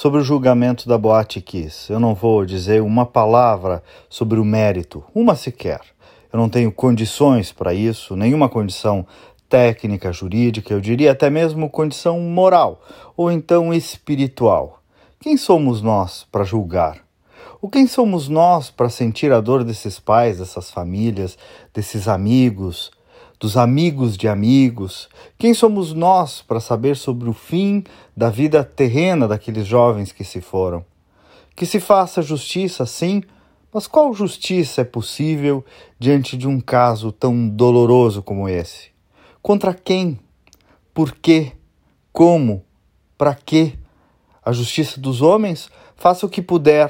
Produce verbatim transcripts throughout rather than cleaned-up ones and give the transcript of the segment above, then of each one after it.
sobre o julgamento da Boate Kiss. Eu não vou dizer uma palavra sobre o mérito, uma sequer. Eu não tenho condições para isso, nenhuma condição técnica, jurídica, eu diria até mesmo condição moral ou então espiritual. Quem somos nós para julgar? Ou quem somos nós para sentir a dor desses pais, dessas famílias, desses amigos, dos amigos de amigos? Quem somos nós para saber sobre o fim da vida terrena daqueles jovens que se foram? Que se faça justiça, sim, mas qual justiça é possível diante de um caso tão doloroso como esse? Contra quem? Por quê? Como? Para quê? A justiça dos homens? Faça o que puder.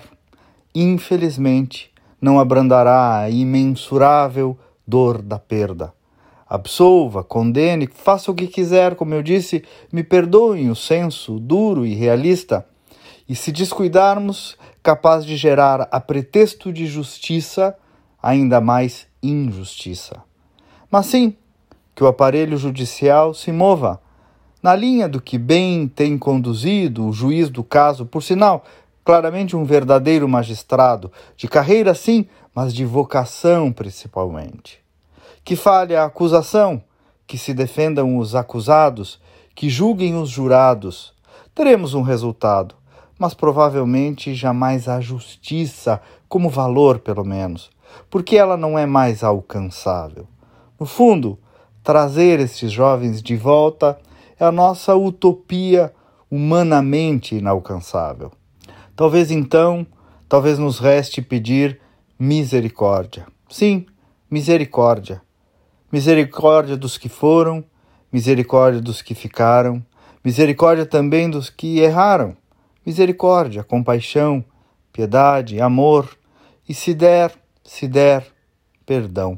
Infelizmente, não abrandará a imensurável dor da perda. Absolva, condene, faça o que quiser, como eu disse, me perdoem o senso duro e realista. E se descuidarmos, capaz de gerar, a pretexto de justiça, ainda mais injustiça. Mas sim, que o aparelho judicial se mova na linha do que bem tem conduzido o juiz do caso, por sinal, claramente um verdadeiro magistrado, de carreira sim, mas de vocação principalmente. Que fale a acusação, que se defendam os acusados, que julguem os jurados. Teremos um resultado, mas provavelmente jamais a justiça, como valor pelo menos, porque ela não é mais alcançável. No fundo, trazer esses jovens de volta é a nossa utopia humanamente inalcançável. Talvez então, talvez nos reste pedir misericórdia. Sim, misericórdia. Misericórdia dos que foram, misericórdia dos que ficaram, misericórdia também dos que erraram. Misericórdia, compaixão, piedade, amor e, se der, se der, perdão.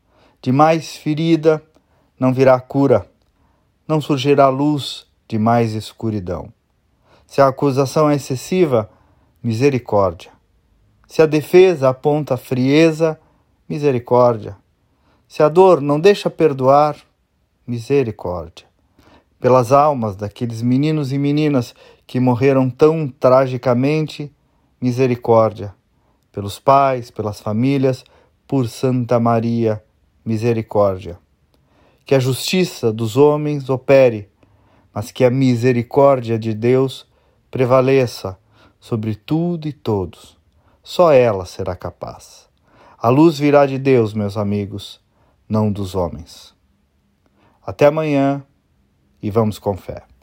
De mais ferida não virá cura, não surgirá luz de mais escuridão. Se a acusação é excessiva, misericórdia. Se a defesa aponta frieza, misericórdia. Se a dor não deixa perdoar, misericórdia. Pelas almas daqueles meninos e meninas que morreram tão tragicamente, misericórdia. Pelos pais, pelas famílias, por Santa Maria, misericórdia. Que a justiça dos homens opere, mas que a misericórdia de Deus prevaleça sobre tudo e todos. Só ela será capaz. A luz virá de Deus, meus amigos, não dos homens. Até amanhã e vamos com fé.